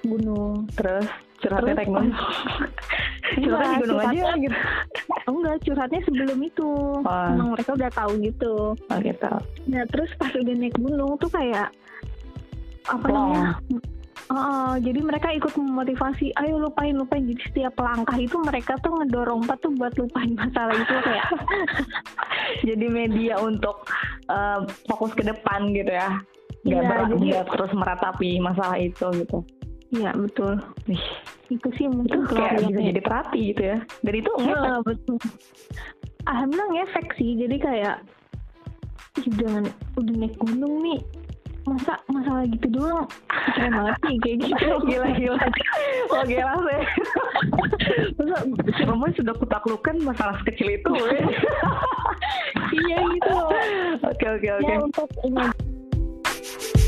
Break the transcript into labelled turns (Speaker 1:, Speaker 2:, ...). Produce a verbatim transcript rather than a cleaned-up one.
Speaker 1: gunung.
Speaker 2: Terus curhatnya
Speaker 1: Terus
Speaker 2: naik gunung. Curhatnya di gunung aja
Speaker 1: curhatnya-
Speaker 2: gitu.
Speaker 1: Enggak, curhatnya sebelum itu.
Speaker 2: Oh.
Speaker 1: Emang mereka udah tahu gitu.
Speaker 2: Oh gitu.
Speaker 1: Nah terus pas udah naik gunung tuh kayak apa
Speaker 2: Plong.
Speaker 1: namanya? Oh, jadi mereka ikut memotivasi, ayo lupain lupain. Jadi setiap langkah itu mereka tuh ngedorong Pat tuh buat lupain masalah itu kayak.
Speaker 2: Jadi media untuk uh, fokus ke depan gitu ya. Gak,
Speaker 1: Iya,
Speaker 2: ber-
Speaker 1: jadi-
Speaker 2: gak terus meratapi masalah itu gitu.
Speaker 1: Iya betul.
Speaker 2: Wih,
Speaker 1: Itu sih
Speaker 2: itu
Speaker 1: mungkin
Speaker 2: kayak
Speaker 1: keluarga
Speaker 2: bisa
Speaker 1: kayak-
Speaker 2: jadi terapi gitu ya. Dan itu ngefek.
Speaker 1: Iya, betul. Alhamdulillah ngefek sih. Jadi kayak ih, udah udah naik gunung nih. Masa masalah gitu doang keren banget sih kayak gitu.
Speaker 2: Gila-gila. Wah gila sih. Masa si Roman sudah kutaklukan masalah sekecil itu. weh.
Speaker 1: Iya gitu loh.
Speaker 2: Oke oke oke.
Speaker 1: Ya untuk ini